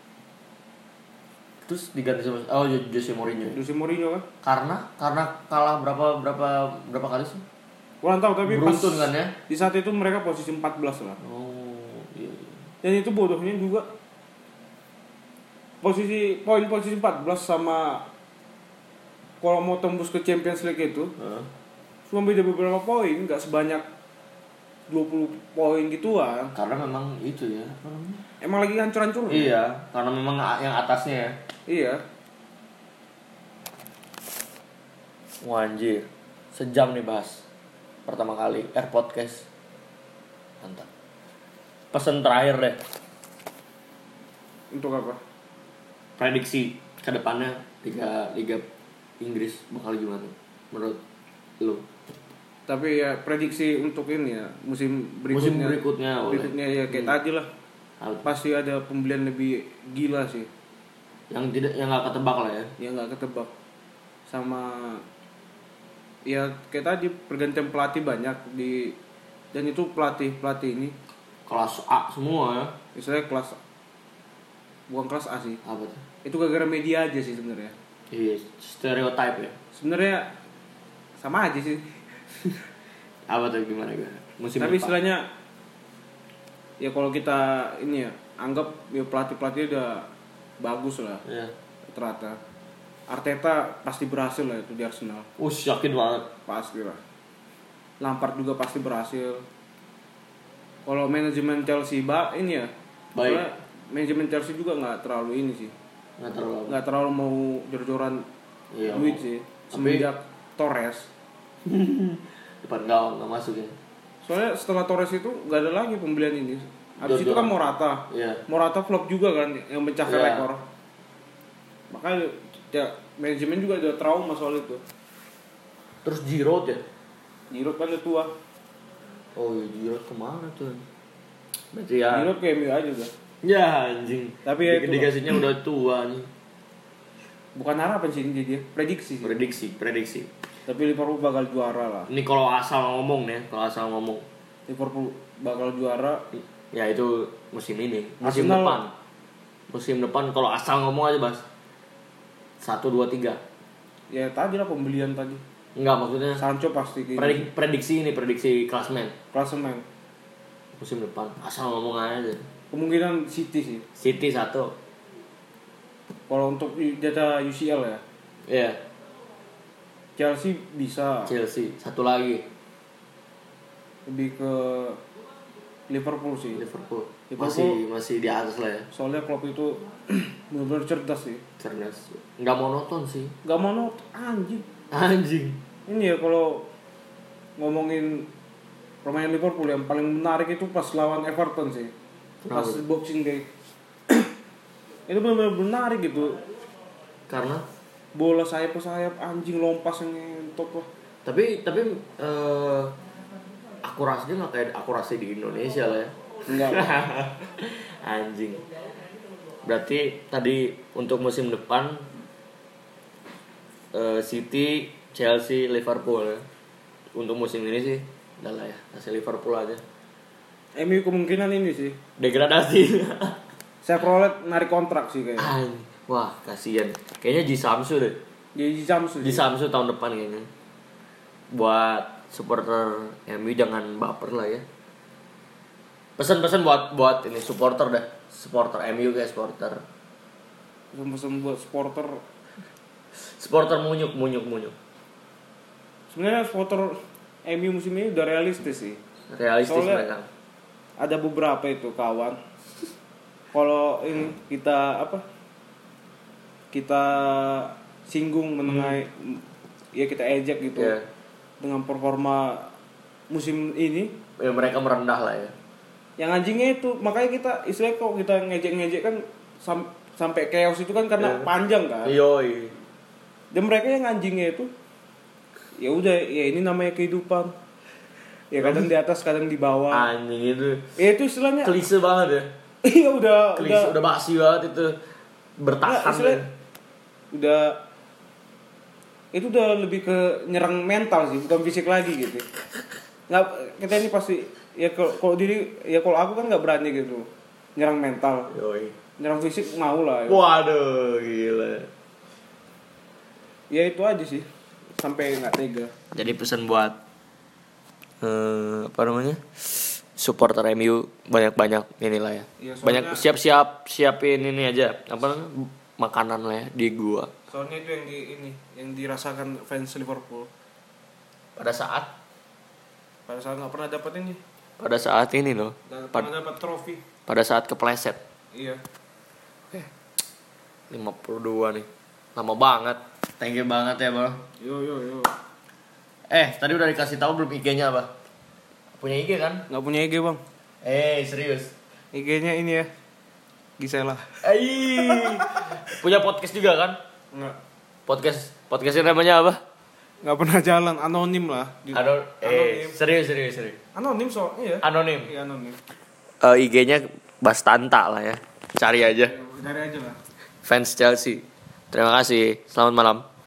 Terus diganti sama Jose Mourinho. Jose Mourinho kan? Karena kalah berapa kali sih? Kurang tahu tapi beruntun kan ya? Di saat itu mereka posisi 14 lah. Oh, iya. Dan itu bodohnya juga posisi 14 sama kalau mau tembus ke Champions League itu cuma beda beberapa poin, nggak sebanyak 20 poin gituan. Karena memang itu ya. Emang lagi hancur-hancur. Iya, karena memang yang atasnya ya. Iya. Wah, anjir. Sejam nih bahas. Pertama kali Air Podcast. Mantap. Pesan terakhir deh. Untuk apa? Prediksi ke depannya Liga Inggris bakal gimana menurut lu? Tapi ya prediksi untuk ini ya musim berikutnya ya kayak tadi lah. Pasti ada pembelian lebih gila sih. Yang nggak ketebak lah ya. Yang nggak ketebak. Sama ya kayak tadi pergantian pelatih banyak dan itu pelatih ini kelas A semua ya. Misalnya bukan kelas A sih. Apa tuh? Itu gara-gara media aja sih sebenarnya. Iya, stereotype ya. Sebenarnya sama aja sih. Apa tuh gimana? Musim tapi depan. istilahnya ya kalau kita ini ya anggap ya pelatih udah bagus lah. Iya. Ternyata Arteta pasti berhasil lah itu di Arsenal. Yakin banget. Pasti lah. Lampard juga pasti berhasil. Kalau manajemen Chelsea ini ya. Baik. Manajemen Chelsea juga nggak terlalu ini sih. Nggak terlalu mau jor-joran duit sih. Semenjak Torres. Depan gawang nggak masuk ya. Soalnya setelah Torres itu nggak ada lagi pembelian ini. Habis itu kan Morata. Iya. Morata flop juga kan yang mencahkan rekor. Makanya ya manajemen juga ada trauma soal itu. Terus Giroud ya? Giroud kan udah tua. Oh iya, Giroud kemana tuh? Berarti ya. Giroud ke MU aja udah. Ya anjing. Tapi ya dikasihnya udah tua nih. Bukan harapan sih ini dia, prediksi sih. Prediksi. Tapi Liverpool bakal juara lah. Ini kalau asal ngomong nih, Liverpool bakal juara. Ya itu musim ini, Arsenal, musim depan kalau asal ngomong aja Bas. 1 2 3. Ya tadi lah pembelian tadi. Enggak maksudnya Sancho pasti prediksi klasemen musim depan. Asal ngomong aja. Kemungkinan City sih. City 1. Kalau untuk data UCL ya. Iya. Chelsea bisa. Chelsea 1 lagi. Lebih ke Liverpool sih. Liverpool. Masih di atas lah ya. Soalnya Klopp itu benar-benar cerdas sih. Cerdas. Enggak monoton sih. Enggak monoton, anjing. Ini ya kalau ngomongin permainan Liverpool yang paling menarik itu pas lawan Everton sih. Pas Boxing Day. Itu benar-benar menarik gitu. Karena bola sayap ke sayap, anjing lompas yang ngentot lah. Tapi akurasinya nggak kayak akurasi di Indonesia lah ya. Enggak. Anjing. Berarti tadi untuk musim depan City, Chelsea, Liverpool ya. Untuk musim ini sih udah lah ya, kasih Liverpool aja. MU kemungkinan ini sih degradasi. Saya prolet narik kontrak sih kayaknya. Wah kasihan. Kayaknya Ji Samsu deh. Ji Samsu tahun depan kayaknya. Buat supporter MU jangan baper lah ya. Pesan-pesan buat ini supporter MU kayak supporter. Pesan buat Supporter munyuk. Sebenarnya supporter MU musim ini udah realistis sih. Realistis mereka. Ada beberapa itu kawan. Kalau ini kita singgung mengenai ya kita ejek gitu. Yeah. Dengan performa musim ini ya mereka merendah lah ya. Yang anjingnya itu makanya kita istilahnya kok kita ngejek kan sampai chaos itu kan karena panjang kan. Yoi. Dan mereka yang anjingnya itu ya udah ya ini namanya kehidupan. Ya kadang di atas kadang di bawah. Anjing itu. Ya itu istilahnya klise banget ya. Iya udah basi banget itu. Bertahan ya. Itu udah lebih ke nyerang mental sih, bukan fisik lagi gitu. Nggak, kita ini pasti ya kalau aku kan nggak berani gitu nyerang mental. Yoi. Nyerang fisik mau lah. Ya. Waduh, gila. Ya itu aja sih, sampai nggak tega. Jadi pesan buat supporter MU banyak inilah ya. Ya banyak siapin ini aja makanan lah ya di gua. Soalnya itu yang dirasakan fans Liverpool pada saat nggak pernah dapat ini. Pada saat ini loh. Pernah dapat trofi. Pada saat kepleset. Iya. 52 nih. Lama banget. Thank you banget ya, Bro. Yo. Tadi udah dikasih tahu belum IG-nya apa? Punya IG kan? Nggak punya IG, Bang. Serius. IG-nya ini ya. Gisela. Punya podcast juga kan? Enggak. Podcastnya namanya apa? Nggak pernah jalan, anonim lah. Anonim. Serius. Anonim soalnya ya. Anonim. Iya, anonim. IG-nya Bastanta lah ya. Cari aja. Cari aja lah. Fans Chelsea. Terima kasih. Selamat malam.